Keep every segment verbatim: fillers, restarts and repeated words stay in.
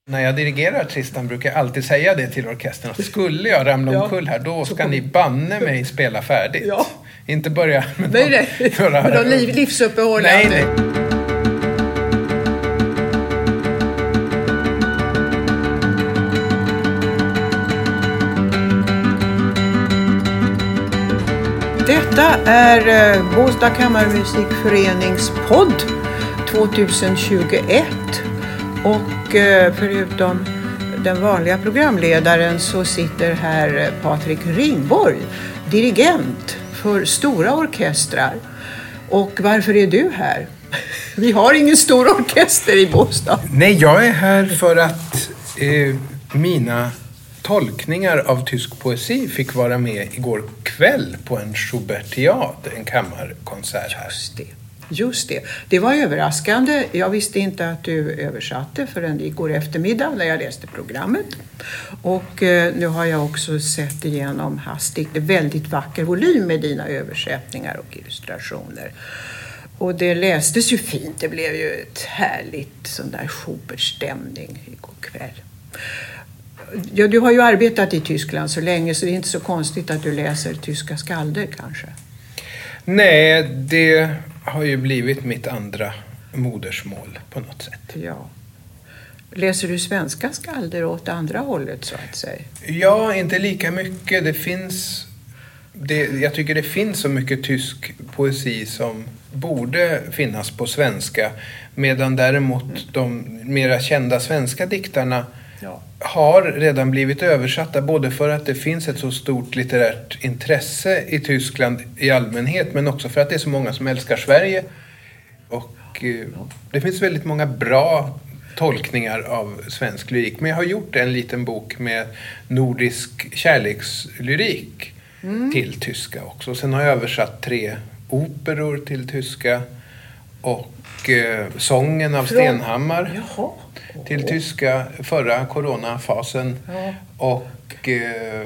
När jag dirigerar Tristan brukar jag alltid säga det till orkestern. Skulle jag ramla omkull här, då ska ni banne mig spela färdigt. Ja. Inte börja med nej, nej. några... med någon liv, livsuppehållande. Nej, nej. Detta är Båstad kammarmusikförenings podd tjugohundratjugoett. Och förutom den vanliga programledaren så sitter här Patrik Ringborg, dirigent för stora orkestrar. Och varför är du här? Vi har ingen stor orkester i Båstad. Nej, jag är här för att eh, mina tolkningar av tysk poesi fick vara med igår kväll på en Schubertiad, en kammarkonsert här. Just det. Just det. Det var överraskande. Jag visste inte att du översatte förrän igår eftermiddag när jag läste programmet. Och eh, nu har jag också sett igenom hastigt. Det är väldigt vacker volym med dina översättningar och illustrationer. Och det lästes ju fint. Det blev ju ett härligt sån där Schubert-stämning igår kväll. Ja, du har ju arbetat i Tyskland så länge så det är inte så konstigt att du läser tyska skalder kanske. Nej, det har ju blivit mitt andra modersmål på något sätt. Ja. Läser du svenska skalder åt andra hållet så att säga? Ja, inte lika mycket. Det finns, det, jag tycker det finns så mycket tysk poesi som borde finnas på svenska. Medan däremot mm. de mera kända svenska diktarna ja. har redan blivit översatta. Både för att det finns ett så stort litterärt intresse i Tyskland i allmänhet. Men också för att det är så många som älskar Sverige. Och eh, det finns väldigt många bra tolkningar av svensk lyrik. Men jag har gjort en liten bok med nordisk kärlekslyrik mm. till tyska också. Sen har jag översatt tre operor till tyska. Och eh, sången av Stenhammar Jaha. till tyska förra coronafasen. Ja. Och eh,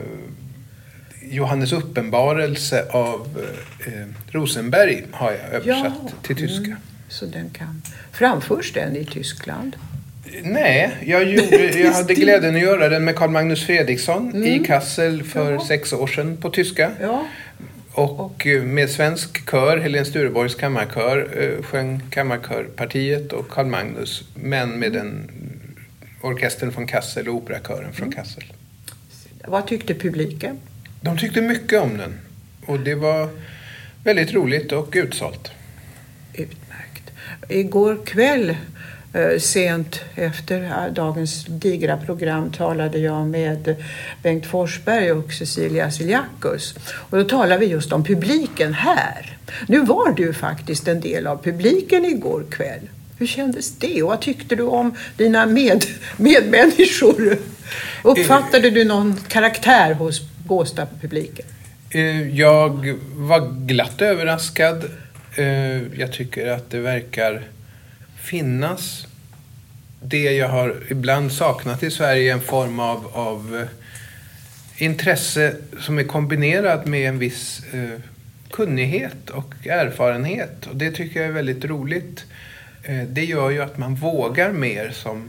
Johannes uppenbarelse av eh, Rosenberg har jag översatt ja. till tyska. Mm. Så den kan... Framförs den i Tyskland? Nej, jag, gjorde, jag hade glädjen att göra den med Carl Magnus Fredriksson mm. i Kassel för ja. sex år sedan på tyska. Ja. Och med svensk kör, Helene Stureborgs kammarkör, sjöng kammarkörpartiet och Carl Magnus, men med den orkestern från Kassel och operakören från Kassel. Vad tyckte publiken? De tyckte mycket om den och det var väldigt roligt och utsålt. Utmärkt. Igår kväll, sent efter dagens digra program, talade jag med Bengt Forsberg och Cecilia Siliakus. Och då talade vi just om publiken här. Nu var du faktiskt en del av publiken igår kväll. Hur kändes det? Och vad tyckte du om dina med, medmänniskor? Uppfattade du någon karaktär hos Båstad-publiken? Jag var glatt överraskad. Jag tycker att det verkar finnas det jag har ibland saknat i Sverige, en form av, av intresse som är kombinerad med en viss eh, kunnighet och erfarenhet. Och det tycker jag är väldigt roligt. Eh, det gör ju att man vågar mer som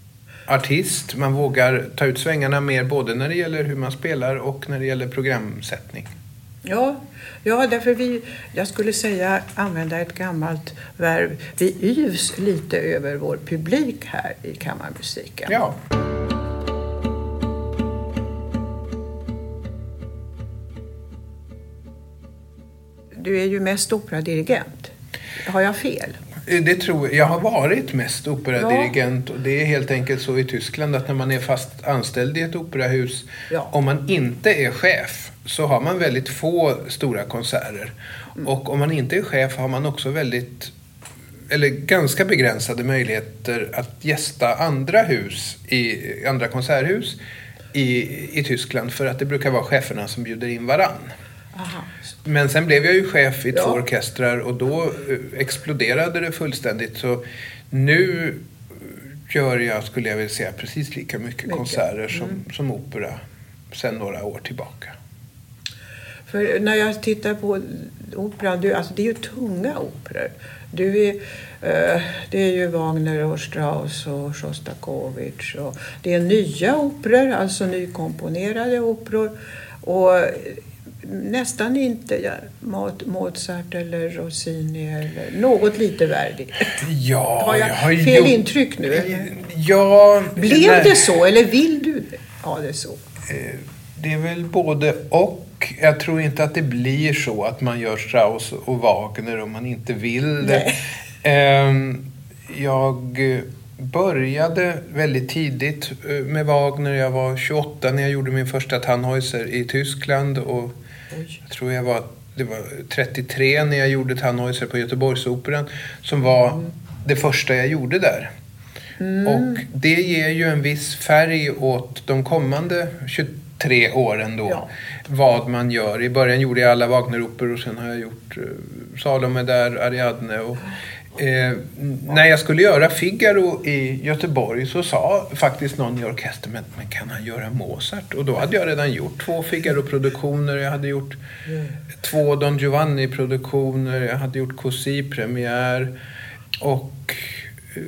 artist. Man vågar ta ut svängarna mer både när det gäller hur man spelar och när det gäller programsättning. Ja, ja, därför vi, jag skulle säga, använda ett gammalt verb. Vi yvs lite över vår publik här i kammarmusiken. Ja. Du är ju mest operadirigent. Har jag fel? Det tror jag. Jag har varit mest operadirigent, ja. Och det är helt enkelt så i Tyskland att när man är fast anställd i ett operahus, ja. Om man inte är chef så har man väldigt få stora konserter. Mm. Och om man inte är chef har man också väldigt, eller ganska begränsade möjligheter att gästa andra hus, i andra konserthus i, i Tyskland, för att det brukar vara cheferna som bjuder in varann. Aha. Men sen blev jag ju chef i ja. två orkestrar och då exploderade det fullständigt. Så nu gör jag, skulle jag vilja säga, precis lika mycket, mycket. konserter som, mm. som opera sedan några år tillbaka. För när jag tittar på operan, du, alltså det är ju tunga operor. Du är, eh, det är ju Wagner och Strauss och Shostakovich. Och det är nya operor, alltså nykomponerade operor. Och nästan inte ja, Mozart eller Rossini eller något lite Verdi. Ja, har jag, jag har fel gjort... intryck nu? Eller? Ja, blev nej. det så eller vill du ha det så? Det är väl både och. Jag tror inte att det blir så att man gör Strauss och Wagner om man inte vill det. Nej. Jag började väldigt tidigt med Wagner. Jag var tjugoåtta när jag gjorde min första Tannhäuser i Tyskland. Och Oj. jag tror jag var, det var trettiotre när jag gjorde Tannhäuser på Göteborgsoperan. Som var mm. det första jag gjorde där. Mm. Och det ger ju en viss färg åt de kommande tjugotre åren då. Ja. Vad man gör. I början gjorde jag alla Wagner-operor och sen har jag gjort uh, Salome där, Ariadne och Eh, när jag skulle göra Figaro i Göteborg så sa faktiskt någon i orkestern, men, men kan han göra Mozart? Och då hade jag redan gjort två Figaro-produktioner, jag hade gjort mm. två Don Giovanni-produktioner, jag hade gjort Cosi-premiär och eh,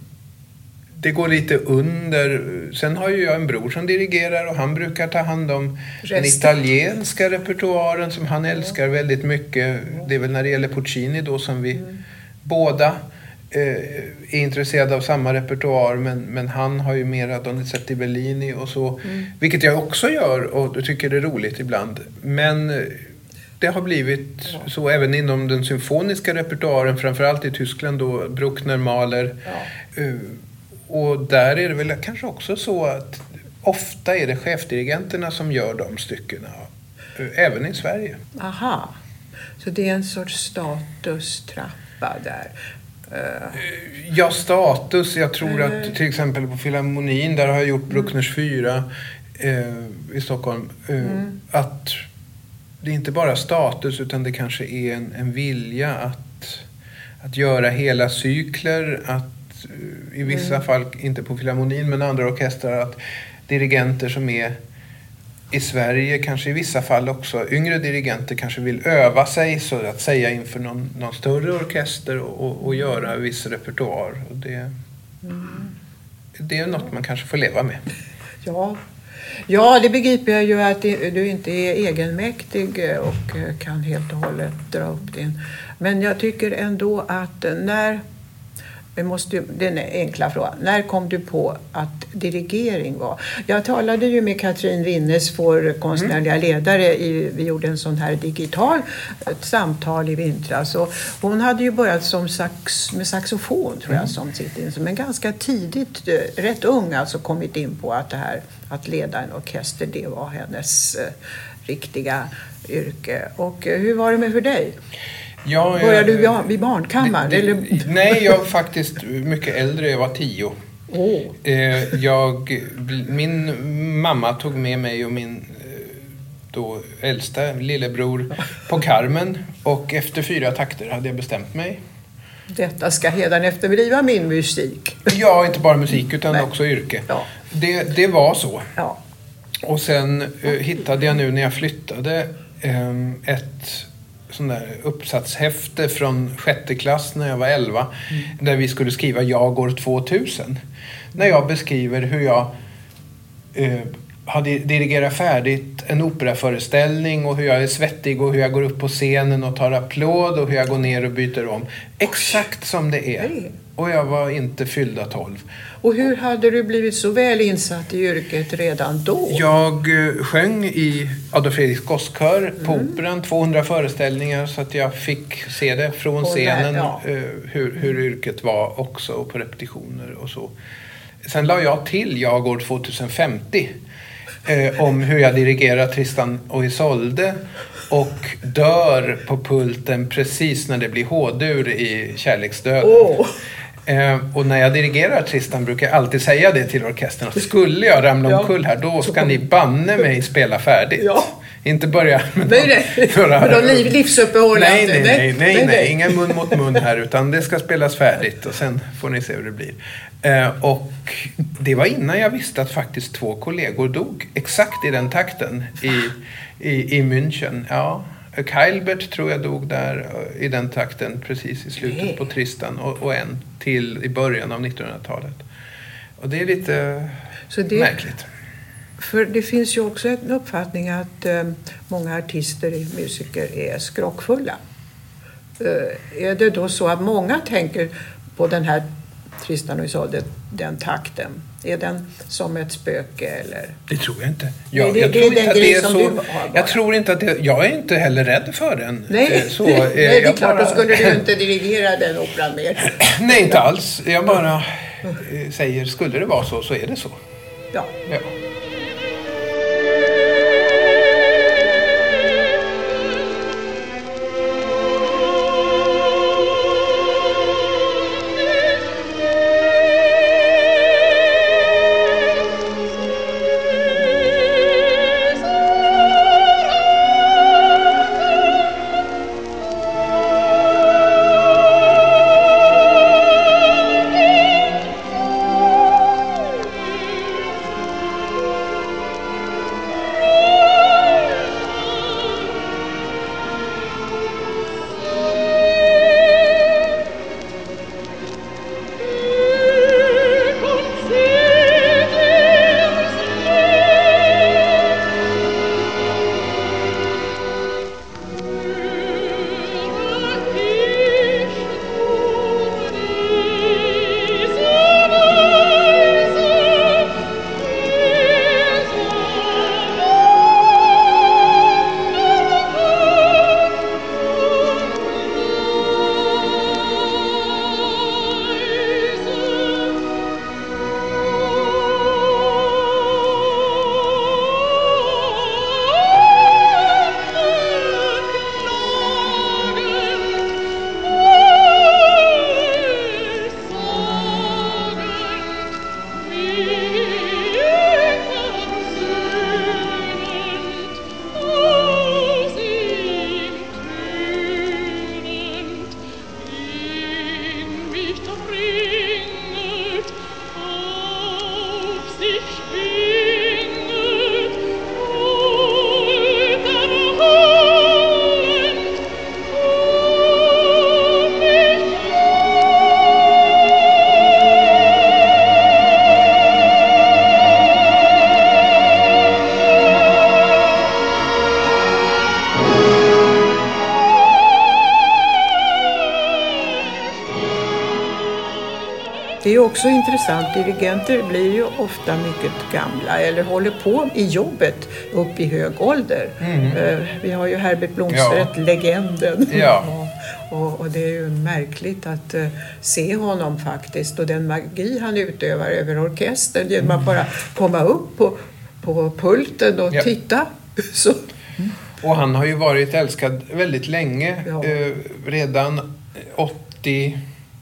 det går lite under. Sen har ju jag en bror som dirigerar och han brukar ta hand om Resten. den italienska repertoaren som han älskar väldigt mycket. Det är väl när det gäller Puccini då som vi mm. båda eh, är intresserade av samma repertoar, men, men han har ju mera Donizetti, Bellini och så, mm. vilket jag också gör och tycker det är roligt ibland. Men det har blivit ja. så även inom den symfoniska repertoaren, framförallt i Tyskland då, Bruckner, Mahler. Ja. Eh, och där är det väl kanske också så att ofta är det chefdirigenterna som gör de styckena, eh, även i Sverige. Aha, så det är en sorts statustrappa där. Uh. Ja, status. Jag tror uh. att till exempel på Filharmonin, där har jag gjort Bruckners fyra eh, i Stockholm. Eh, mm. Att det är inte bara status utan det kanske är en, en vilja att, att göra hela cykler. Att eh, i vissa mm. fall, inte på Filharmonin men andra orkestrar, att dirigenter som är i Sverige, kanske i vissa fall också yngre dirigenter, kanske vill öva sig så att säga inför någon, någon större orkester och, och göra viss repertoar. Och det, mm. det är något man kanske får leva med. Ja, ja det begriper jag ju att du inte är egenmäktig och kan helt och hållet dra upp din. Men jag tycker ändå att när... Vi måste, det är en enkla fråga. När kom du på att dirigering var? Jag talade ju med Katrin Winnes, vår konstnärliga ledare. I, vi gjorde en sån här digital ett samtal i vintras. Och hon hade ju börjat som sax, med saxofon tror jag, mm. som sitt in. Men ganska tidigt, rätt ung alltså, kommit in på att det här att leda en orkester, det var hennes eh, riktiga yrke. Och eh, hur var det med för dig? Ja, började du vid barnkammaren? Det, det, eller? Nej, jag var faktiskt mycket äldre. Jag var tio. Oh. Jag, min mamma tog med mig och min då äldsta lillebror på Carmen. Och efter fyra takter hade jag bestämt mig. Detta ska hedan efterbliva min musik. Ja, inte bara musik utan Nej. också yrke. Ja. Det, det var så. Ja. Och sen uh, hittade jag nu när jag flyttade um, ett... sån där uppsatshäfte från sjätte klass när jag var elva. Mm. Där vi skulle skriva Jag år tvåtusen. När jag beskriver hur jag eh, hade dirigerat färdigt en operaföreställning och hur jag är svettig och hur jag går upp på scenen och tar applåd och hur jag går ner och byter om. Exakt som det är. Och jag var inte fyllda tolv. Och hur hade du blivit så väl insatt i yrket redan då? Jag eh, sjöng i Adolf Fredriks gosskör på mm. operan, tvåhundra föreställningar, så att jag fick se det från scenen, där, ja. eh, hur, hur yrket var också, och på repetitioner och så. Sen la jag till Jag år tjugohundrafemtio eh, om hur jag dirigerar Tristan och Isolde och dör på pulten precis när det blir hårdur i Kärleksdöden. Oh. Eh, och när jag dirigerar Tristan brukar jag alltid säga det till orkestern, att skulle jag ramla omkull här, då ska ni banne mig spela färdigt. Ja. Inte börja med nej, nej. Några, några liv, livsuppehållande. Nej nej nej, nej, nej, nej, nej. Ingen mun mot mun här, utan det ska spelas färdigt och sen får ni se hur det blir. Eh, och det var innan jag visste att faktiskt två kollegor dog exakt i den takten i, i, i München. Ja. Keilbert tror jag dog där i den takten precis i slutet Nej. på Tristan och, och en till i början av nittonhundratalet. Och det är lite Så det, märkligt. För det finns ju också en uppfattning att eh, många artister, musiker är skrockfulla. Eh, är det då så att många tänker på den här Tristan och Isolde, den takten? Är den som ett spöke eller? Det tror jag inte. Jag, Nej, det, jag, tror, det inte att det är så, jag tror inte att det, jag är inte heller rädd för den. Nej, så, Nej det är klart, bara, då skulle du inte dirigera den operan mer. Nej, inte alls. Jag bara säger, skulle det vara så, så är det så. Ja. ja. Det är också intressant, dirigenter blir ju ofta mycket gamla eller håller på i jobbet upp i hög ålder. Mm. Vi har ju Herbert Blomstedt, ja. legenden. Ja. och, och det är ju märkligt att uh, se honom faktiskt och den magi han utövar över orkestern genom att bara komma upp på, på pulten och ja. titta. Så. Mm. Och han har ju varit älskad väldigt länge, ja. eh, redan åttioåtta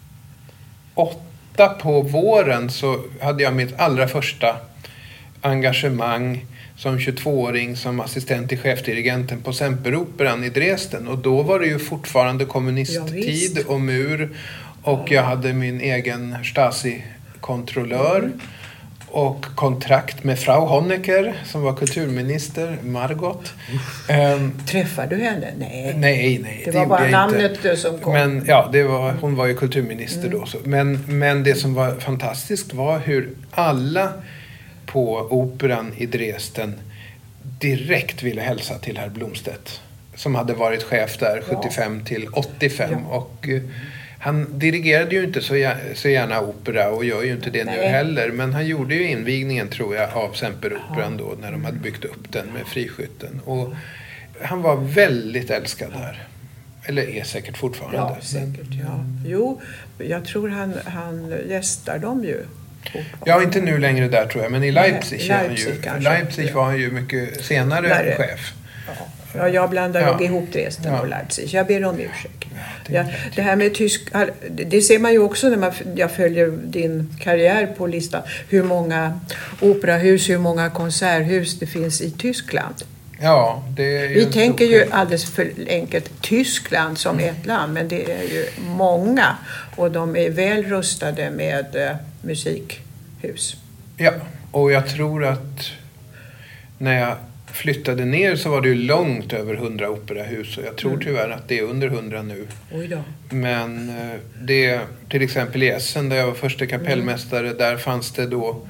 på våren så hade jag mitt allra första engagemang som tjugotvååring som assistent till chefdirigenten på Semperoperan i Dresden. Och då var det ju fortfarande kommunisttid ja, och mur. Och ja. jag hade min egen Stasi-kontrollör. Mm. Och kontrakt med Frau Honecker som var kulturminister, Margot. Um, Träffade du henne? Nej. Nej, nej. Det, det var bara namnet inte. som kom. Men ja, det var, hon var ju kulturminister mm. då. Så. Men, men det som var fantastiskt var hur alla på operan i Dresden direkt ville hälsa till herr Blomstedt. Som hade varit chef där ja. sjuttiofem till åttiofem. Ja. Och uh, han dirigerade ju inte så gärna, så gärna opera och gör ju inte det Nej. nu heller. Men han gjorde ju invigningen tror jag av Semperoperan då när de hade byggt upp den med Friskytten. Och han var väldigt älskad där. Eller är säkert fortfarande. Ja, säkert. Ja. Jo, jag tror han, han gästar dem ju. Ja, inte nu längre där tror jag. Men i Leipzig, Nej, Leipzig, är han ju, Leipzig var han ju mycket senare Där, chef. Ja. Ja, jag blandar ja. nog ihop Dresden ja. och Leipzig. Jag ber om ursäkt. Ja, det, ja, det här med tysk... Det ser man ju också när man, jag följer din karriär på listan. Hur många operahus, hur många konserthus det finns i Tyskland. Ja, det är ju Vi tänker ju alldeles för enkelt Tyskland som mm. ett land. Men det är ju många. Och de är väl rustade med uh, musikhus. Ja, och jag tror att när jag flyttade ner så var det ju långt över hundra operahus. Och jag tror Mm. tyvärr att det är under hundra nu. Oj då. Men eh, det, till exempel i Essen där jag var första kapellmästare, Mm. där fanns det då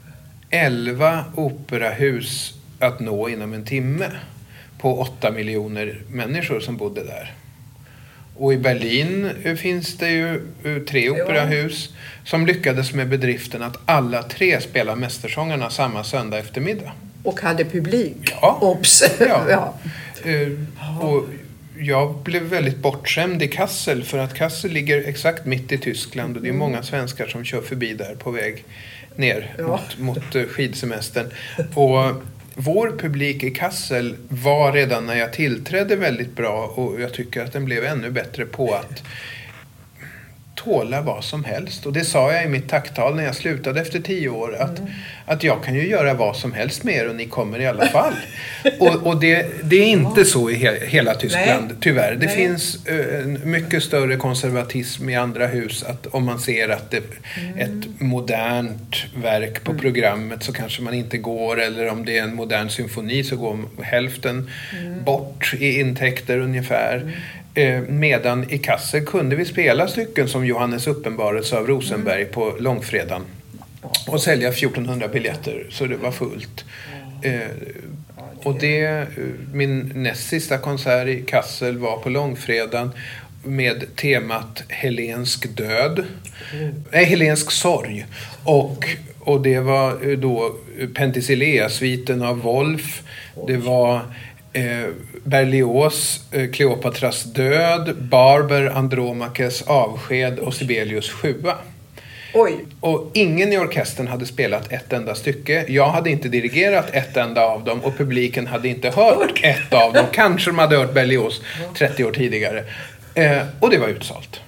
elva operahus att nå inom en timme på åtta miljoner människor som bodde där. Och i Berlin eh, finns det ju eh, tre operahus som lyckades med bedriften att alla tre spelar mästersångerna samma söndag eftermiddag. Och hade publik. Ja. Ops. Ja. Ja. Eh, och jag blev väldigt bortskämd i Kassel, för att Kassel ligger exakt mitt i Tyskland och det är många svenskar som kör förbi där på väg ner Ja. mot, mot eh, skidsemestern. Och vår publik i Kassel var redan när jag tillträdde väldigt bra, och jag tycker att den blev ännu bättre på att tåla vad som helst. Och det sa jag i mitt tacktal när jag slutade efter tio år. Att, mm. att jag kan ju göra vad som helst med er och ni kommer i alla fall. och och det, det är inte så i he, hela Tyskland, Nej. tyvärr. Det Nej. finns uh, mycket större konservatism i andra hus. Att om man ser att det mm. ett modernt verk på mm. programmet så kanske man inte går. Eller om det är en modern symfoni så går hälften mm. bort i intäkter ungefär. Mm. Medan i Kassel kunde vi spela stycken som Johannes uppenbarelse av Rosenberg mm. på långfredagen och sälja fjortonhundra biljetter så det var fullt. Mm. Eh, och det, min näst sista konsert i Kassel var på långfredagen med temat Helensk död, mm. nej, Helensk sorg, och, och det var då Penthesilea-sviten av Wolf, det var Eh, Berlioz, eh, Kleopatras död, Barber, Andromakes avsked och Sibelius sjua. Oj. Och ingen i orkestern hade spelat ett enda stycke. Jag hade inte dirigerat ett enda av dem och publiken hade inte hört ett av dem. Kanske de hade hört Berlioz trettio år tidigare. Eh, och det var utsålt.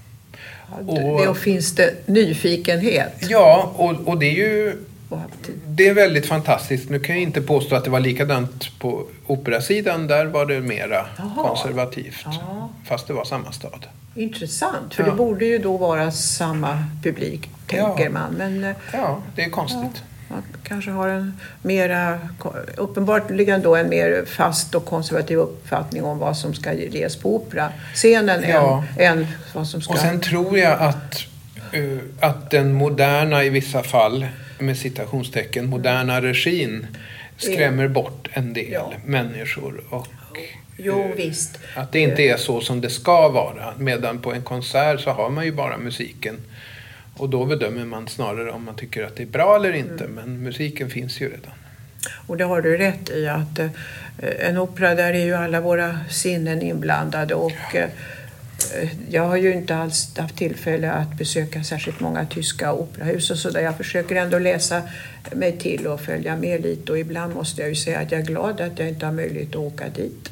Och, och finns det nyfikenhet? Ja, och, och det är ju det är väldigt fantastiskt. Nu kan jag inte påstå att det var likadant på operasidan. Där var det mera Aha. konservativt. Ja. Fast det var samma stad. Intressant, för ja. det borde ju då vara samma publik, tänker ja. man. Men, ja, det är konstigt. Ja, man kanske har en mera, uppenbarligen då en mer fast och konservativ uppfattning om vad som ska ges på opera. Scenen ja. än, än vad som ska... Och sen tror jag att, uh, att den moderna i vissa fall, med citationstecken, moderna regin skrämmer bort en del ja. människor. Och jo, visst. Att det inte är så som det ska vara. Medan på en konsert så har man ju bara musiken. Och då bedömer man snarare om man tycker att det är bra eller inte. Mm. Men musiken finns ju redan. Och det har du rätt i, att eh, en opera, där är ju alla våra sinnen inblandade. Och ja. eh, jag har ju inte alls haft tillfälle att besöka särskilt många tyska operahus och så där. Jag försöker ändå läsa mig till och följa med lite. Och ibland måste jag ju säga att jag är glad att jag inte har möjlighet att åka dit.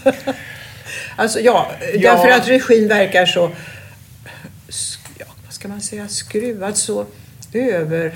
Alltså ja, ja, därför att regin verkar så, ja, vad ska man säga, skruvad, så över,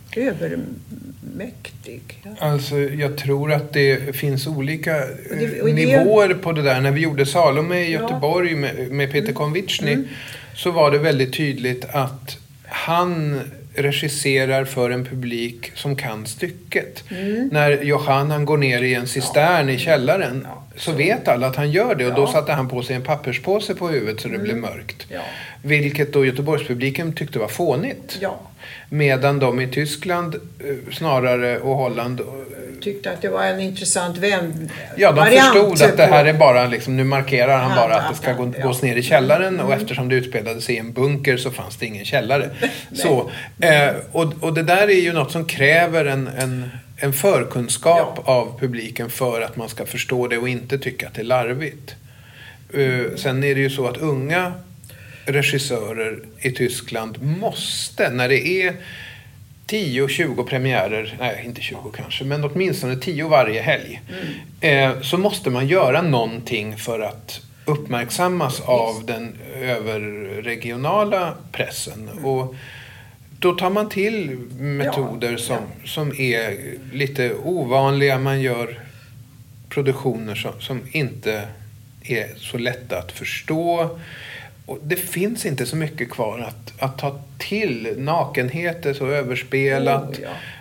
övermäktig. Ja. Alltså jag tror att det finns olika och det, och nivåer på det där. När vi gjorde Salome i Göteborg ja. med, med Peter Konvichny mm. så var det väldigt tydligt att han regisserar för en publik som kan stycket. Mm. När Johannan går ner i en cistern ja. i källaren ja. så vet alla att han gör det. Och ja. då satte han på sig en papperspåse på huvudet så det mm. blev mörkt. Ja. Vilket då Göteborgspubliken tyckte var fånigt. Ja. Medan de i Tyskland snarare och Holland tyckte att det var en intressant vän. Ja, de variant förstod att det här är bara liksom, nu markerar han ja, bara ja, att det ska ja, gå, ja. gås ner i källaren mm. och eftersom det utspelade sig i en bunker så fanns det ingen källare. så, eh, och, och det där är ju något som kräver en, en, en förkunskap ja. av publiken för att man ska förstå det och inte tycka att det är larvigt. Uh, sen är det ju så att unga regissörer i Tyskland måste, när det är tio tjugo premiärer, nej inte tjugo kanske, men åtminstone tio varje helg, mm. eh, så måste man göra någonting för att uppmärksammas mm. av den överregionala pressen. Mm. Och då tar man till metoder ja. Som, ja. som är lite ovanliga. Man gör produktioner som, som inte är så lätta att förstå. Och det finns inte så mycket kvar att, att ta till. Nakenhet är så överspelat. Oh, ja.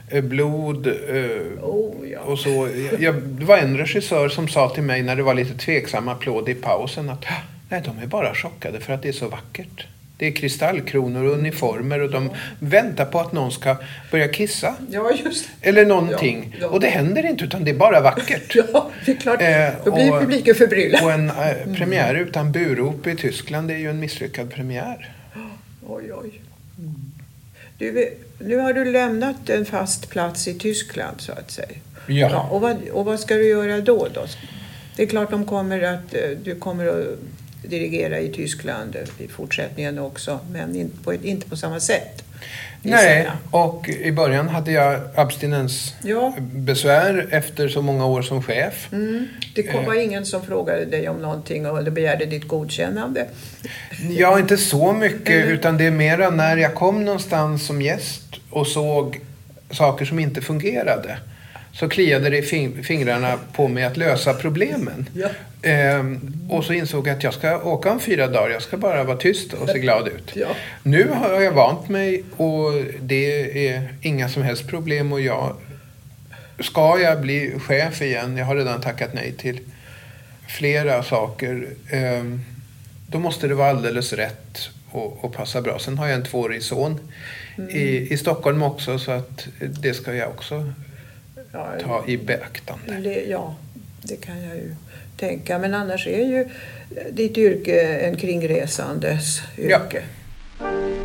eh, blod eh, Oh, ja. och så. Jag, det var en regissör som sa till mig när det var lite tveksam applåd i pausen att nej, de är bara chockade för att det är så vackert. Det är kristallkronor och uniformer och de ja. väntar på att någon ska börja kissa. Ja, just. Eller någonting. Ja, ja. Och det händer inte utan det är bara vackert. Ja, det är klart. Eh, Då blir och, publiken förbryllad. Och en eh, premiär utan burop i Tyskland, det är ju en misslyckad premiär. Oj, oj. Mm. Du, nu har du lämnat en fast plats i Tyskland så att säga. Ja. ja och, vad, och vad ska du göra då, då? Det är klart de kommer att, du kommer att dirigera i Tyskland i fortsättningen också, men inte på, inte på samma sätt. Nej, och i början hade jag abstinensbesvär ja. efter så många år som chef. Mm. Det kom, var ingen som frågade dig om någonting eller begärde ditt godkännande? Ja, inte så mycket, mm. utan det är mera när jag kom någonstans som gäst och såg saker som inte fungerade. Så kliade det i fingrarna på mig att lösa problemen. Ja. Ehm, och så insåg jag att jag ska åka om fyra dagar. Jag ska bara vara tyst och se glad ut. Ja. Nu har jag vant mig och det är inga som helst problem. Och jag, ska jag bli chef igen, jag har redan tackat nej till flera saker. Ehm, då måste det vara alldeles rätt och, och passa bra. Sen har jag en tvåårig son mm. i, i Stockholm också, så att det ska jag också ta i beaktande. Det, ja, det kan jag ju tänka. Men annars är ju ditt yrke en kringresandes yrke. Ja.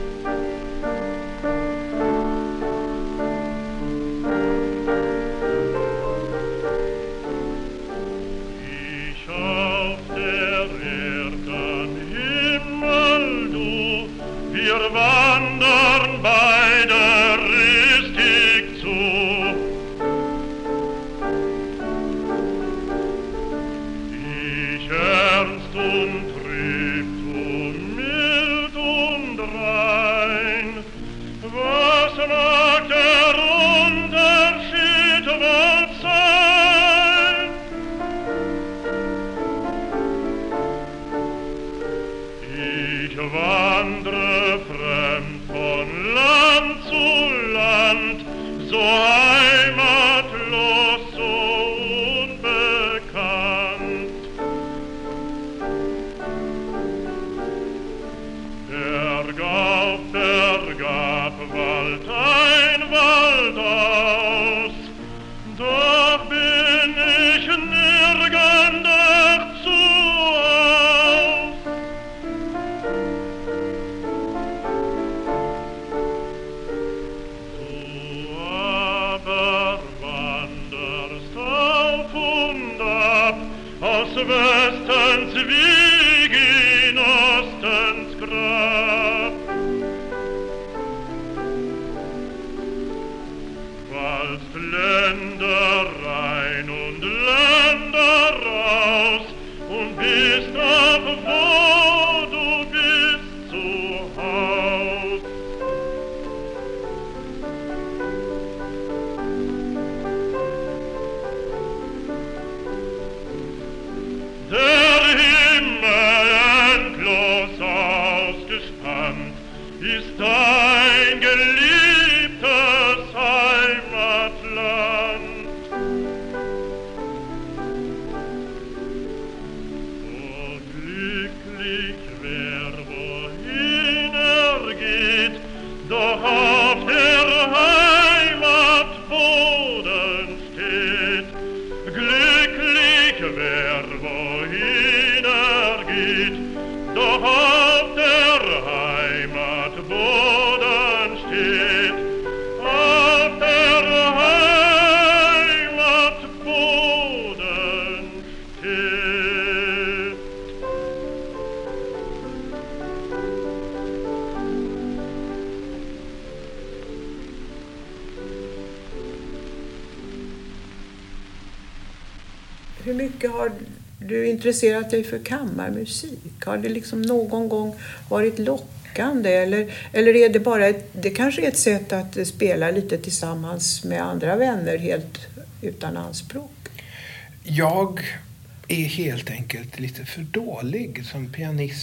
Hur mycket har du intresserat dig för kammarmusik? Har det liksom någon gång varit lockande? Eller, eller är det bara ett, det kanske är ett sätt att spela lite tillsammans med andra vänner helt utan anspråk? Jag är helt enkelt lite för dålig som pianist.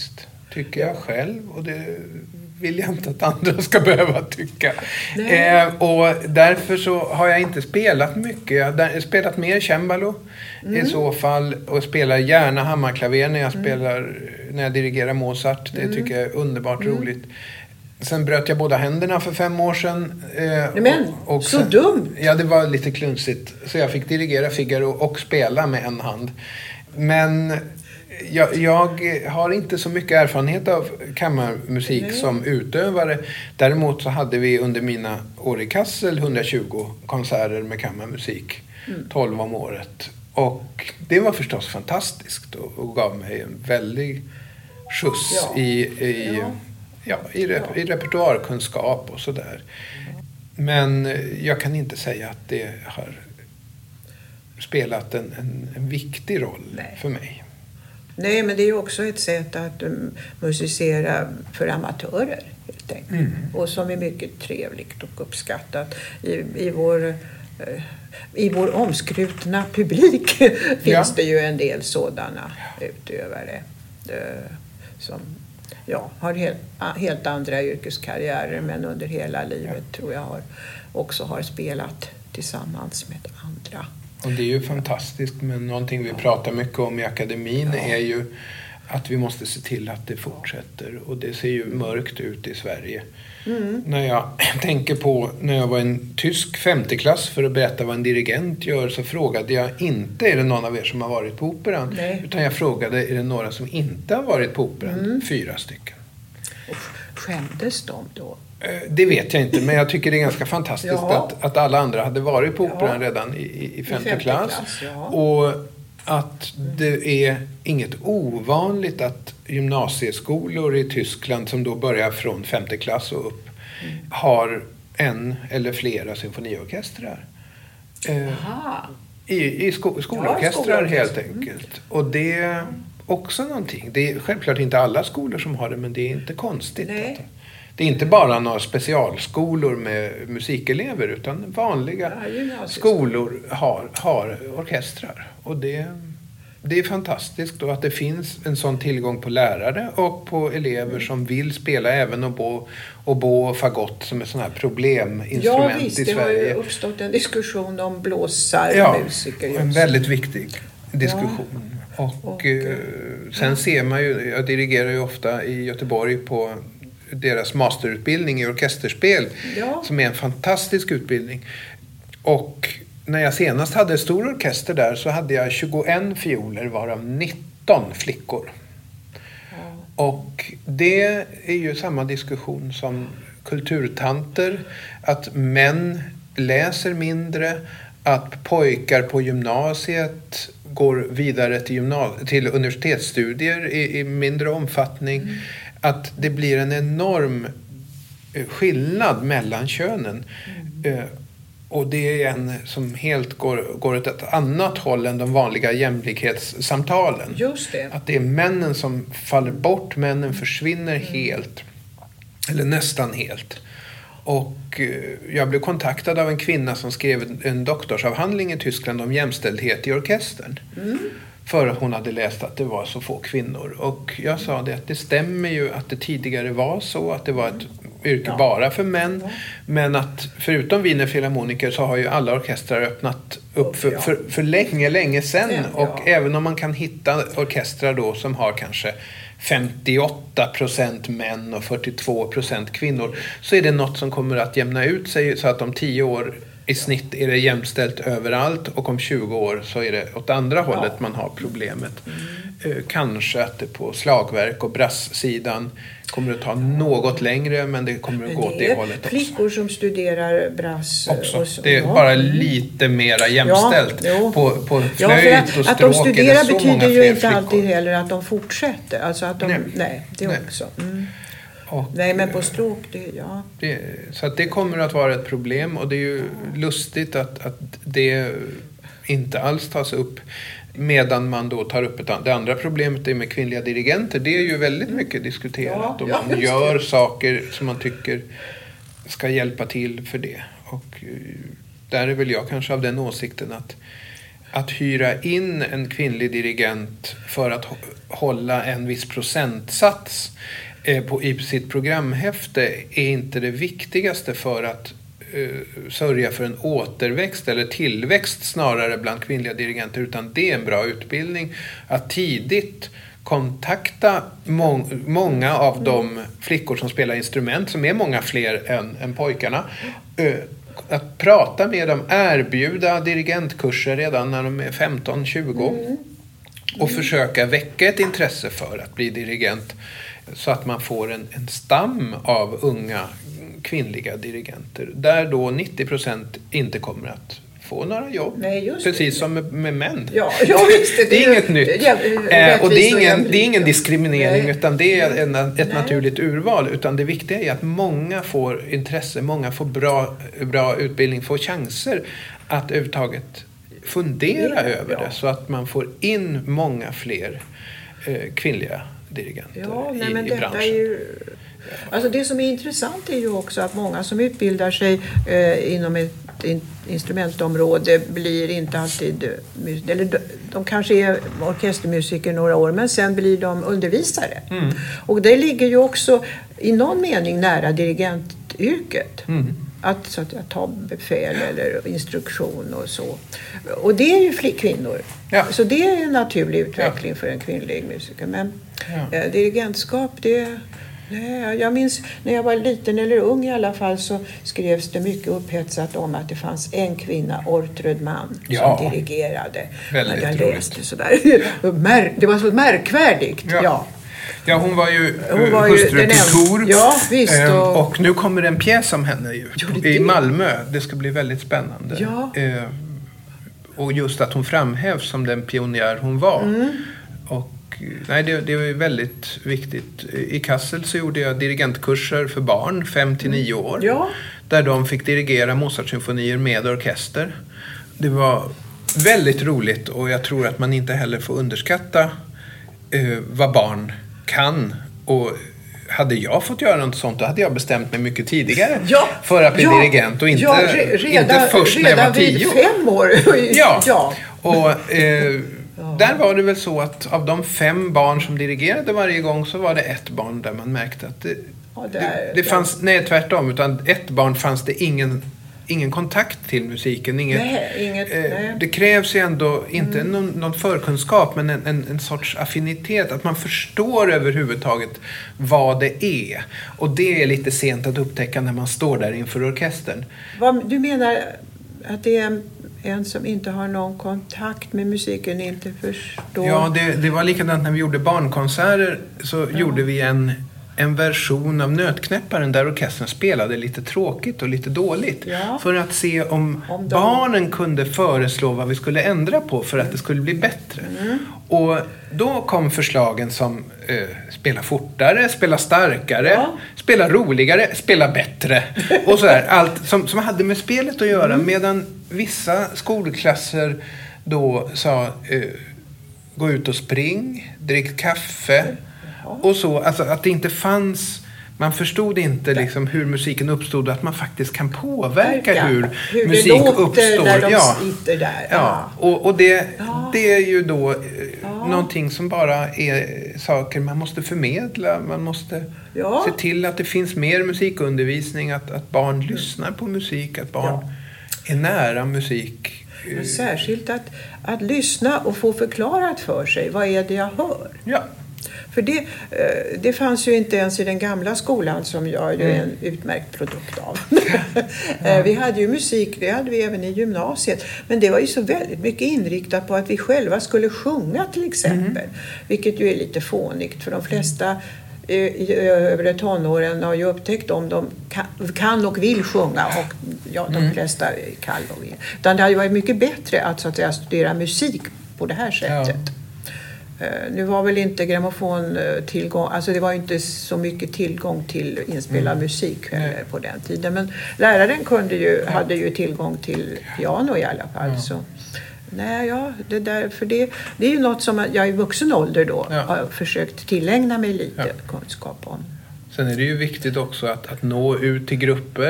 tycker jag själv. Och det vill jag inte att andra ska behöva tycka. Eh, och därför så har jag inte spelat mycket. Jag har spelat mer cembalo mm. i så fall. Och spelar gärna hammarklaver när jag, mm. spelar, när jag dirigerar Mozart. Det mm. tycker jag är underbart mm. roligt. Sen bröt jag båda händerna för fem år sedan. Eh, Men, och, och så sen, dumt! Ja, det var lite klunsigt. Så jag fick dirigera Figaro och spela med en hand. Men jag, jag har inte så mycket erfarenhet av kammarmusik Nej. som utövare. Däremot så hade vi under mina år i Kassel hundratjugo konserter med kammarmusik. Mm. tolv om året. Och det var förstås fantastiskt och, och gav mig en väldig skjuts ja. i... i ja. Ja, i, rep- i repertoarkunskap och sådär. Men jag kan inte säga att det har spelat en, en, en viktig roll Nej. för mig. Nej, men det är ju också ett sätt att um, musicera för amatörer helt enkelt. Mm. Och som är mycket trevligt och uppskattat i, i vår... Uh, I vår omskrutna publik finns ja. det ju en del sådana utövare uh, som ja, har helt, helt andra yrkeskarriärer men under hela livet ja. tror jag har, också har spelat tillsammans med andra. Och det är ju fantastiskt, men någonting vi ja. pratar mycket om i akademin ja. är ju att vi måste se till att det fortsätter. Och det ser ju mörkt ut i Sverige. Mm. När jag tänker på när jag var i en tysk femteklass för att berätta vad en dirigent gör, så frågade jag inte är det någon av er som har varit på operan. Nej. Utan jag frågade är det några som inte har varit på operan. Mm. Fyra stycken. Och skämdes de då? Det vet jag inte, men jag tycker det är ganska fantastiskt ja. att, att alla andra hade varit på operan ja. redan i, i femte, I femte klass. klass ja. Och att det är inget ovanligt att gymnasieskolor i Tyskland som då börjar från femte klass och upp mm. har en eller flera symfoniorkestrar. Eh, I i sko- skolorkestrar ja, helt enkelt. Mm. Och det är också någonting. Det är självklart inte alla skolor som har det, men det är inte konstigt. Nej. Att, det är inte bara några specialskolor med musikelever, utan vanliga ja, skolor har, har orkestrar. Och det, det är fantastiskt då att det finns en sån tillgång på lärare och på elever mm. som vill spela även oboe och bo och fagott som är sådana här probleminstrument ja, visst, i Sverige. Ja, det har ju uppstått en diskussion om blåsarmusiker. Ja, en väldigt viktig diskussion. Ja. Och, och eh, sen ja. ser man ju, jag dirigerar ju ofta i Göteborg på deras masterutbildning i orkesterspel ja. som är en fantastisk utbildning. Och när jag senast hade stor orkester där så hade jag tjugoen fioler varav nitton flickor. Ja. Och det är ju samma diskussion som kulturtanter, att män läser mindre, att pojkar på gymnasiet går vidare till, gymnas- till universitetsstudier i, i mindre omfattning. Mm. Att det blir en enorm skillnad mellan könen. Mm. Och det är en som helt går, går åt ett annat håll än de vanliga jämlikhetssamtalen. Just det. Att det är männen som faller bort, männen försvinner mm. helt. Eller nästan helt. Och jag blev kontaktad av en kvinna som skrev en doktorsavhandling i Tyskland om jämställdhet i orkestern. Mm. För hon hade läst att det var så få kvinnor. Och jag sa det att det stämmer ju att det tidigare var så. Att det var ett yrke ja. bara för män. Ja. Men att förutom Wiener Philharmoniker så har ju alla orkestrar öppnat upp för, för, för länge, länge sedan. Ja. Och även om man kan hitta orkestrar då som har kanske femtioåtta procent män och fyrtiotvå procent kvinnor. Så är det något som kommer att jämna ut sig så att om tio år i snitt är det jämställt överallt och om tjugo år så är det åt andra hållet ja. man har problemet. Mm. Eh, kanske att det på slagverk och brasssidan kommer att ta något längre, men det kommer att gå åt det hållet också. Flickor som studerar brass också. Och så, det är ja. bara lite mera jämställt. Ja, på, på flöjt ja, att, och stråk. Att de studerar betyder ju inte flickor. alltid heller att de fortsätter. Alltså att de, nej, nej det är nej. också. Mm. Och, nej, men på stråk, det, ja. Det, så att det kommer att vara ett problem, och det är ju lustigt att, att det inte alls tas upp. Medan man då tar upp ett, det andra problemet är med kvinnliga dirigenter. Det är ju väldigt mycket diskuterat. Ja, och man ja, gör det. saker som man tycker ska hjälpa till för det. Och där är väl jag kanske av den åsikten att att hyra in en kvinnlig dirigent för att hålla en viss procentsats på, i sitt programhäfte är inte det viktigaste för att uh, sörja för en återväxt eller tillväxt snarare bland kvinnliga dirigenter, utan det är en bra utbildning att tidigt kontakta må- många av de flickor som spelar instrument, som är många fler än, än pojkarna, uh, att prata med dem, erbjuda dirigentkurser redan när de är femton tjugo mm. och försöka väcka ett intresse för att bli dirigent, så att man får en, en stam av unga kvinnliga dirigenter där då nittio procent inte kommer att få några jobb. Nej, just precis det. som med, med män. Ja, ja, visst, det, det är inget nytt. Ja, eh, och det är ingen, det är ingen diskriminering, Nej. utan det är en, ett Nej. naturligt urval. Utan det viktiga är att många får intresse, många får bra, bra utbildning, får chanser att överhuvudtaget fundera Ja, över ja. det, så att man får in många fler eh, kvinnliga dirigenter ja, nej, i, men i detta branschen. är ju, alltså det som är intressant är ju också att många som utbildar sig eh, inom ett in, instrumentområde blir inte alltid, eller de, de kanske är orkestermusiker några år, men sen blir de undervisare. Mm. Och det ligger ju också i någon mening nära dirigentyrket. Mm. Att, så att jag tar befäl eller instruktion och så. Och det är ju fler kvinnor. Ja. Så det är en naturlig utveckling ja. för en kvinnlig musiker. Men ja. eh, dirigentskap, det... Nej, jag minns när jag var liten eller ung i alla fall, så skrevs det mycket upphetsat om att det fanns en kvinna, Ortrud Mann, ja. som dirigerade. Väldigt jag roligt. läste sådär. Det var så märkvärdigt. Ja. Ja. Ja, hon var ju hon var hustru ju till Tor. Ja, visst. Och... och nu kommer en pjäs om henne ju, i Malmö. Det ska bli väldigt spännande. Ja. Och just att hon framhävs som den pionjär hon var. Mm. Och nej, det, det är väldigt viktigt. I Kassel så gjorde jag dirigentkurser för barn, fem till nio år. Ja. Där de fick dirigera Mozart-symfonier med orkester. Det var väldigt roligt, och jag tror att man inte heller får underskatta eh, vad barn kan. Och hade jag fått göra något sånt, då hade jag bestämt mig mycket tidigare ja. för att bli ja. dirigent, och inte, ja, redan, inte först när jag var tio. Redan vid fem år. ja. ja. Och... Eh, Ja. Där var det väl så att av de fem barn som dirigerade varje gång, så var det ett barn där man märkte att det, ja, där, det, det fanns, ja. nej tvärtom, utan ett barn fanns det ingen, ingen kontakt till musiken. Inget, nej, inget, eh, nej. Det krävs ju ändå inte mm. någon, någon förkunskap, men en, en, en sorts affinitet, att man förstår överhuvudtaget vad det är. Och det är lite sent att upptäcka när man står där inför orkestern. Vad, du menar att det är en En som inte har någon kontakt med musiken, inte förstår. Ja, det, det var likadant när vi gjorde barnkonserter. Så ja. gjorde vi en, en version av Nötknäpparen där orkestern spelade lite tråkigt och lite dåligt. Ja. För att se om, om de... barnen kunde föreslå vad vi skulle ändra på för att det skulle bli bättre. Mm. Och då kom förslagen som eh, spela fortare, spela starkare, ja. spela roligare, spela bättre. Och så här, allt som, som hade med spelet att göra. Mm. Medan vissa skolklasser då sa eh, gå ut och spring, drick kaffe. Ja. Och så, alltså att det inte fanns, man förstod inte liksom hur musiken uppstod, och att man faktiskt kan påverka Verka. hur, hur musik uppstår. När de ja. sitter där. Ja. Ja. Och, och det, ja. det är ju då ja. någonting som bara är saker man måste förmedla. Man måste ja. se till att det finns mer musikundervisning, att, att barn lyssnar på musik, att barn ja. är nära musik. Men särskilt att, att lyssna och få förklarat för sig, vad är det jag hör? Ja. För det, det fanns ju inte ens i den gamla skolan, som jag är mm. en utmärkt produkt av. Ja. Vi hade ju musik, det hade vi även i gymnasiet. Men det var ju så väldigt mycket inriktat på att vi själva skulle sjunga till exempel. Mm. Vilket ju är lite fånigt, för de flesta i övre tonåren har ju upptäckt om de kan, kan och vill sjunga, och ja, de mm. flesta kan och vill. Utan det hade varit mycket bättre att, så att säga, studera musik på det här sättet. Ja. Uh, nu var väl inte grammofon uh, tillgång, alltså det var inte så mycket tillgång till inspelad mm. musik heller mm. på den tiden, men läraren kunde ju, ja. hade ju tillgång till piano i alla fall. Ja. Så, nej, ja, det där, för det, det är ju något som jag i vuxen ålder då ja. har försökt tillägna mig lite ja. kunskap om. Sen är det ju viktigt också att, att nå ut till grupper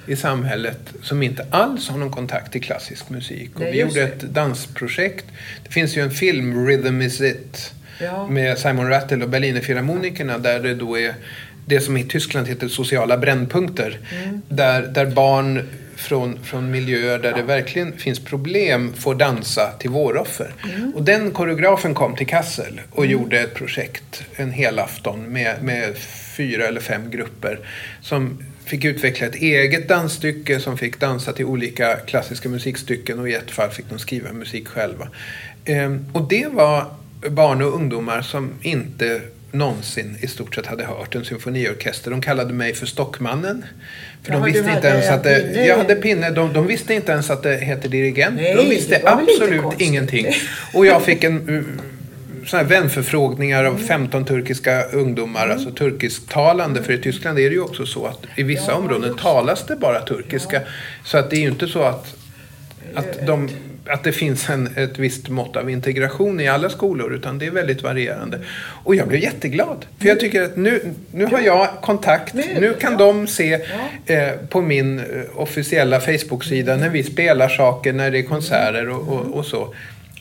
i samhället som inte alls har någon kontakt till klassisk musik. Och Nej, vi gjorde det. ett dansprojekt. Det finns ju en film, Rhythm Is It, ja. med Simon Rattle och Berlinerfilharmonikerna, där det då är det som i Tyskland heter sociala brännpunkter. Mm. Där, där barn från, från miljöer där ja. det verkligen finns problem får dansa till våroffer. Mm. Och den koreografen kom till Kassel och mm. gjorde ett projekt en hel afton med, med fyra eller fem grupper som fick utveckla ett eget dansstycke, som fick dansa till olika klassiska musikstycken, och i ett fall fick de skriva musik själva. Ehm, och det var barn och ungdomar som inte någonsin i stort sett hade hört en symfoniorkester. De kallade mig för Stockmannen. För ja, de visste inte ens att det, jag hade pinne. De, de visste inte ens att det heter dirigent. Nej, de visste absolut ingenting. Och jag fick en såna här vänförfrågningar av femton turkiska ungdomar, mm. alltså turkisktalande. Mm. För i Tyskland är det ju också så att i vissa ja, områden talas det bara turkiska. Ja. Så att det är ju inte så att, att de... att det finns en, ett visst mått av integration i alla skolor, utan det är väldigt varierande. Och jag blev jätteglad. För jag tycker att nu, nu har jag kontakt. Nu kan de se eh, på min eh, officiella Facebook-sida när vi spelar saker, när det är konserter och, och, och så.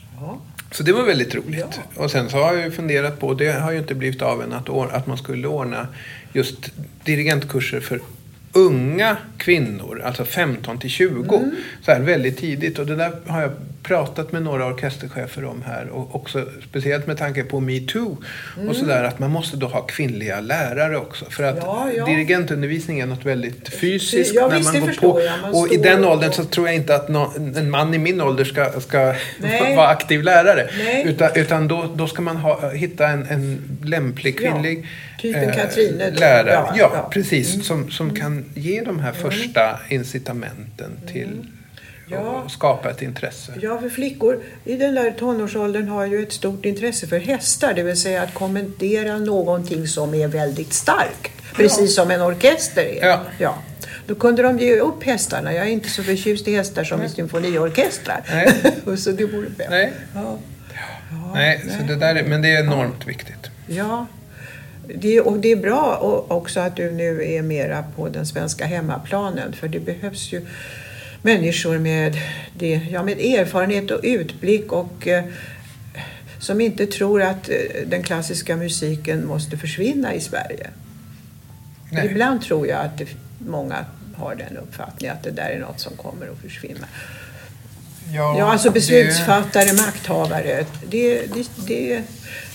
Så det var väldigt roligt. Och sen så har jag ju funderat på, det har ju inte blivit av än, att, att man skulle ordna just dirigentkurser för unga kvinnor, alltså femton till tjugo, mm. så här väldigt tidigt. Och det där har jag pratat med några orkesterchefer om här, och också speciellt med tanke på Me Too mm. och sådär, att man måste då ha kvinnliga lärare också, för att ja, ja. dirigentundervisning är något väldigt fysiskt ja, när visst, man går på. Man och i den åldern och... så tror jag inte att no, en man i min ålder ska, ska vara aktiv lärare, Nej. utan, utan då, då ska man ha, hitta en, en lämplig kvinnlig ja. Typen eh, Katrine lärare. Ja, ja, ja. precis. Mm. Som, som mm. kan ge de här första mm. incitamenten till mm. ja. att skapa ett intresse. Ja, för flickor i den där tonårsåldern har ju ett stort intresse för hästar. Det vill säga att kommentera någonting som är väldigt starkt. Precis ja. som en orkester är. Ja. Ja. Då kunde de ge upp hästarna. Jag är inte så förtjust i hästar som Nej. i symfoniorkestrar. Nej. Så det vore bättre. Nej. Ja. Ja. Nej, Nej. Så det där är, men det är enormt ja. viktigt. Ja. Det, och det är bra också att du nu är mera på den svenska hemmaplanen, för det behövs ju människor med, det, ja, med erfarenhet och utblick och eh, som inte tror att eh, den klassiska musiken måste försvinna i Sverige. Ibland tror jag att det, många har den uppfattningen att det där är något som kommer att försvinna. Ja, ja alltså beslutsfattare, det... makthavare, det, det, det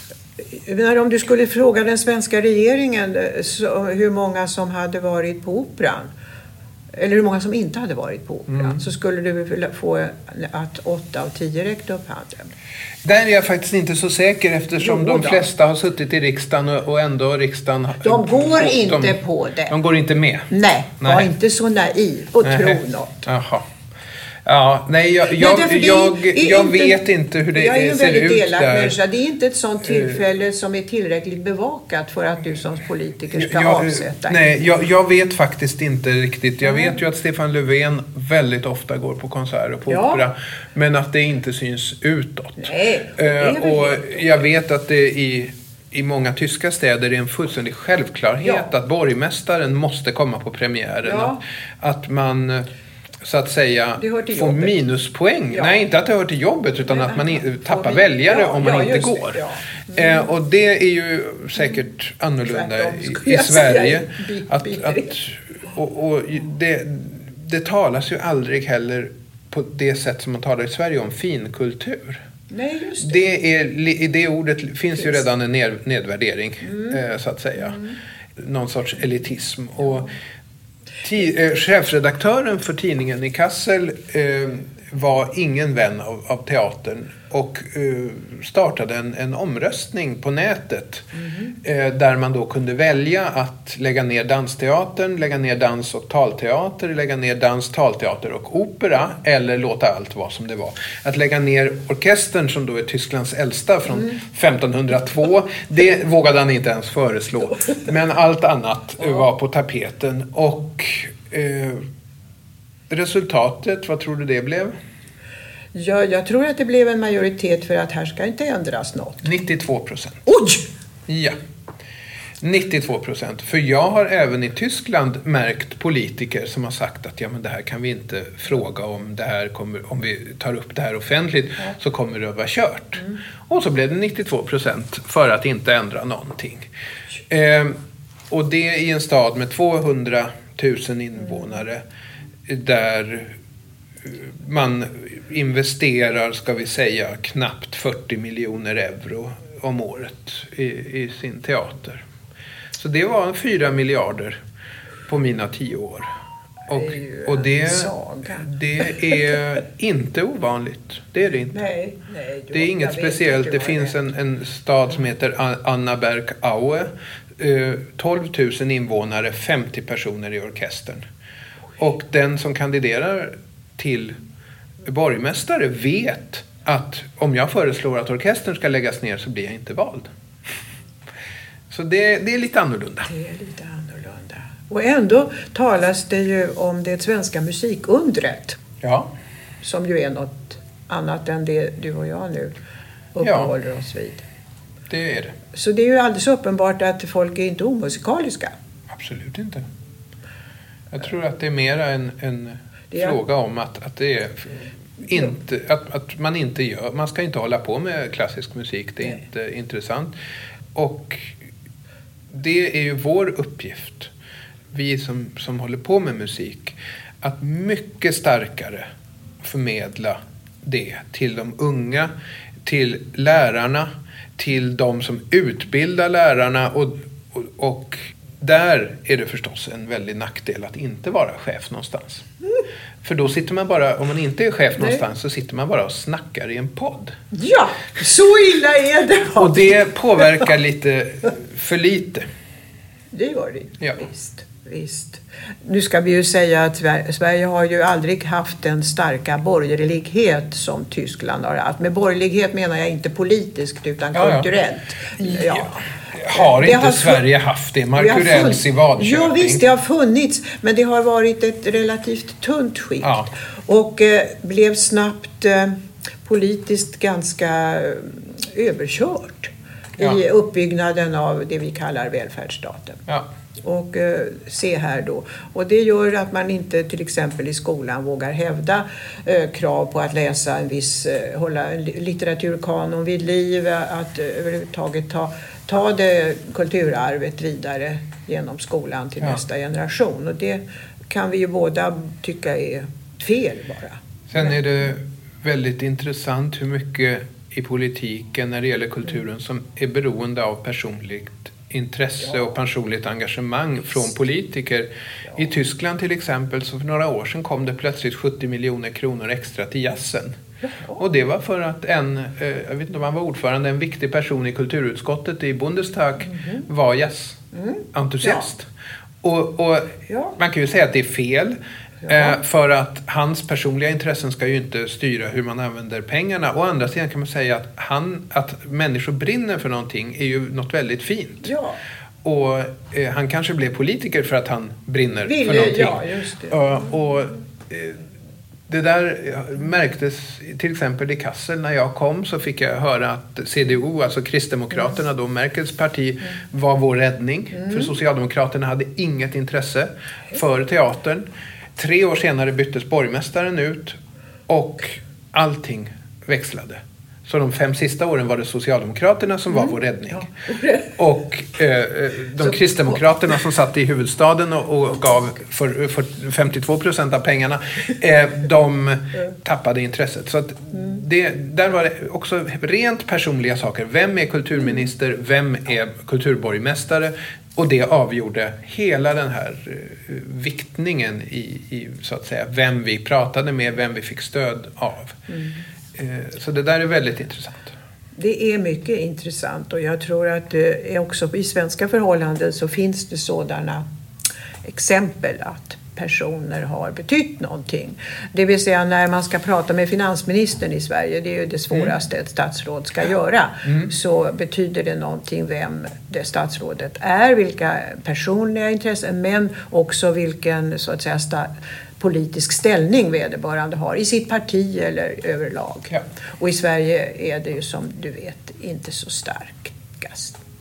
när om du skulle fråga den svenska regeringen så, hur många som hade varit på operan, eller hur många som inte hade varit på operan, mm. så skulle du få att åtta av tio räckte upp handen. Där är jag faktiskt inte så säker, eftersom jo, de flesta har suttit i riksdagen och, och ändå riksdagen... De går de, inte de, på det. De går inte med. Nej, Nej. Var inte så naiv och Nej. tro något. Jaha. Ja, nej, jag, jag, nej, jag, jag, jag vet inte hur det jag är ser ut delad där. Människa. Det är inte ett sånt tillfälle som är tillräckligt bevakat för att du som politiker ska jag, avsätta. Nej, jag, jag vet faktiskt inte riktigt. Jag mm. vet ju att Stefan Löfven väldigt ofta går på konserter på ja. opera, men att det inte syns utåt. Nej, uh, och jag vet att det i... I många tyska städer är en fullständig självklarhet ja. att borgmästaren måste komma på premiären. Ja. Att, att man... så att säga få minuspoäng. Ja. Nej, inte att det hör till jobbet, utan att man i, tappar väljare ja, om man ja, inte går. Det, ja. mm. eh, och det är ju säkert annorlunda i, i Sverige. Bit, att, bit, att, och och det, det talas ju aldrig heller på det sätt som man talar i Sverige om finkultur. Nej, just det. Det är, i det ordet finns, finns. ju redan en ned, nedvärdering, mm. eh, så att säga. Mm. Någon sorts elitism. Och T- eh, chefredaktören för tidningen i Kassel eh, var ingen vän av, av teatern och eh, startade en, en omröstning på nätet mm-hmm. eh, där man då kunde välja att lägga ner dansteatern, lägga ner dans- och talteater, lägga ner dans, talteater och opera, eller låta allt vara som det var. Att lägga ner orkestern, som då är Tysklands äldsta från mm. femtonhundratvå, det vågade han inte ens föreslå. Men allt annat ja. var på tapeten. Och eh, resultatet, vad tror du det blev? Ja, jag tror att det blev en majoritet för att här ska inte ändras något. nittiotvå procent. Oj! Ja. nittiotvå procent. För jag har även i Tyskland märkt politiker som har sagt att ja, men det här kan vi inte fråga om. Det här kommer, om vi tar upp det här offentligt ja. så kommer det att vara kört. Mm. Och så blev det nittiotvå procent för att inte ändra någonting. Eh, och det i en stad med tvåhundratusen invånare mm. där man investerar, ska vi säga, knappt fyrtio miljoner euro om året i, i sin teater. Så det var fyra miljarder på mina tio år. Och, och det, det är inte ovanligt. Det är det inte. Nej, nej, det är inget speciellt. Det finns en, en stad som heter Annaberg Aue. tolv tusen invånare, femtio personer i orkestern. Och den som kandiderar till borgmästare vet att om jag föreslår att orkestern ska läggas ner så blir jag inte vald. Så det, det är lite annorlunda. Det är lite annorlunda. Och ändå talas det ju om det svenska musikundret. Ja. Som ju är något annat än det du och jag nu uppehåller ja. oss vid. Det är det. Så det är ju alldeles uppenbart att folk är inte omusikaliska. Absolut inte. Jag tror att det är mer en, en är... fråga om att, att det är inte, att, att man inte gör, man ska inte hålla på med klassisk musik, det är Nej. inte intressant. Och det är ju vår uppgift, vi som, som håller på med musik, att mycket starkare förmedla det till de unga, till lärarna, till de som utbildar lärarna och, och, och där är det förstås en väldig nackdel att inte vara chef någonstans. Mm. För då sitter man bara, om man inte är chef Nej. någonstans så sitter man bara och snackar i en podd. Ja, så illa är det. Och det påverkar lite för lite. Det gör det, ja. visst, visst. Nu ska vi ju säga att Sverige har ju aldrig haft en starka borgerlighet som Tyskland har haft. Med borgerlighet menar jag inte politiskt utan ja, kulturellt. Ja. Ja. Har inte har Sverige haft det? Markurells i Vadköping. Ja visst, det har funnits. Men det har varit ett relativt tunt skikt. Ja. Och eh, blev snabbt eh, politiskt ganska eh, överkört ja. i uppbyggnaden av det vi kallar välfärdsstaten. Ja. Och eh, se här då. Och det gör att man inte till exempel i skolan vågar hävda eh, krav på att läsa en viss, eh, hålla en litteraturkanon vid liv, att eh, överhuvudtaget ta, ta det kulturarvet vidare genom skolan till ja. nästa generation. Och det kan vi ju båda tycka är fel bara. Sen är det väldigt intressant hur mycket i politiken när det gäller kulturen som är beroende av personligt intresse ja. och personligt engagemang från politiker. Ja. I Tyskland till exempel så för några år sedan kom det plötsligt sjuttio miljoner kronor extra till jazzen. Ja. Och det var för att en, eh, jag vet inte om han var ordförande, en viktig person i kulturutskottet i Bundestag mm-hmm. var jazzentusiast. Mm. Ja. Och, och ja. man kan ju säga att det är fel. Ja. För att hans personliga intressen ska ju inte styra hur man använder pengarna. Å andra sidan kan man säga att, han, att människor brinner för någonting är ju något väldigt fint. Ja. Och eh, han kanske blev politiker för att han brinner Ville, för någonting. Ja, just det. Uh, och eh, det där märktes till exempel i Kassel när jag kom så fick jag höra att C D O, alltså Kristdemokraterna då, Merkels parti, mm. var vår räddning. Mm. För Socialdemokraterna hade inget intresse för teatern. Tre år senare byttes borgmästaren ut och allting växlade. Så de fem sista åren var det Socialdemokraterna som var mm. vår räddning. Ja. Och eh, de så, Kristdemokraterna som satt i huvudstaden och, och gav för, för femtiotvå procent av pengarna, eh, de tappade intresset. Så att det, där var det också rent personliga saker. Vem är kulturminister? Vem är kulturborgmästare? Och det avgjorde hela den här uh, viktningen i, i så att säga vem vi pratade med, vem vi fick stöd av. Mm. Uh, så det där är väldigt intressant. Det är mycket intressant och jag tror att det är också i svenska förhållanden så finns det sådana exempel att personer har betytt någonting. Det vill säga när man ska prata med finansministern i Sverige, det är ju det svåraste mm. ett statsråd ska göra, mm. så betyder det någonting vem det statsrådet är, vilka personliga intressen, men också vilken så att säga sta- politisk ställning vederbörande har i sitt parti eller överlag. Ja. Och i Sverige är det ju som du vet inte så starkast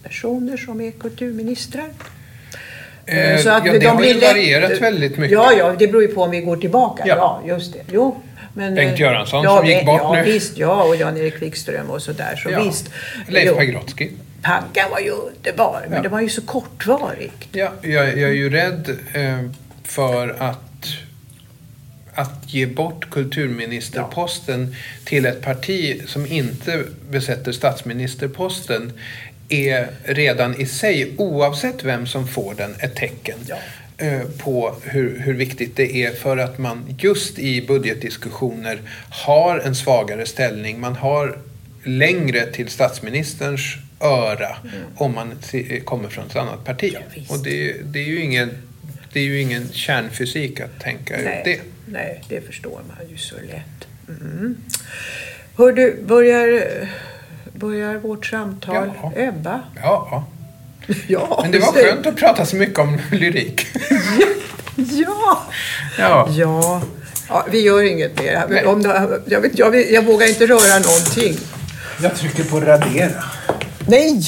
personer som är kulturministrar. Eh, så att ja, det de har ju varierat lätt, väldigt mycket. Ja, ja, det beror ju på om vi går tillbaka. Ja, ja just det. Jo. Men, Bengt Göransson ja, som gick bort ja, nu. Visst, ja, och Jan-Erik Wikström och sådär. Så ja. visst. Leif Pagrotsky. Pagga var ju underbar, men ja. det var ju så kortvarigt. Ja, jag, jag är ju rädd eh, för att att ge bort kulturministerposten ja. till ett parti som inte besätter statsministerposten är redan i sig, oavsett vem som får den, ett tecken ja. på hur, hur viktigt det är, för att man just i budgetdiskussioner har en svagare ställning. Man har längre till statsministerns öra mm. om man kommer från ett annat parti. Ja, och det, det är ju ingen, det är ju ingen kärnfysik att tänka nej, ut det. Nej, det förstår man ju så lätt. Mm. Hör du, börjar, börjar vårt samtal ja. Ebba? Ja. ja. Men det var skönt att prata så mycket om lyrik. ja. ja. Ja. Ja, vi gör inget mer. Om det, jag, vet, jag, vet, jag vågar inte röra någonting. Jag trycker på radera. Nej!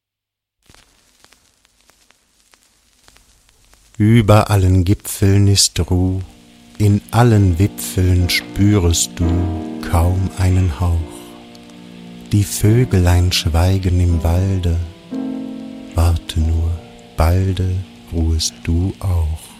Über allen Gipfeln ist Ruh, in allen Wipfeln spürest du kaum einen Hauch. Die Vögelein schweigen im Walde, warte nur, balde ruhest du auch.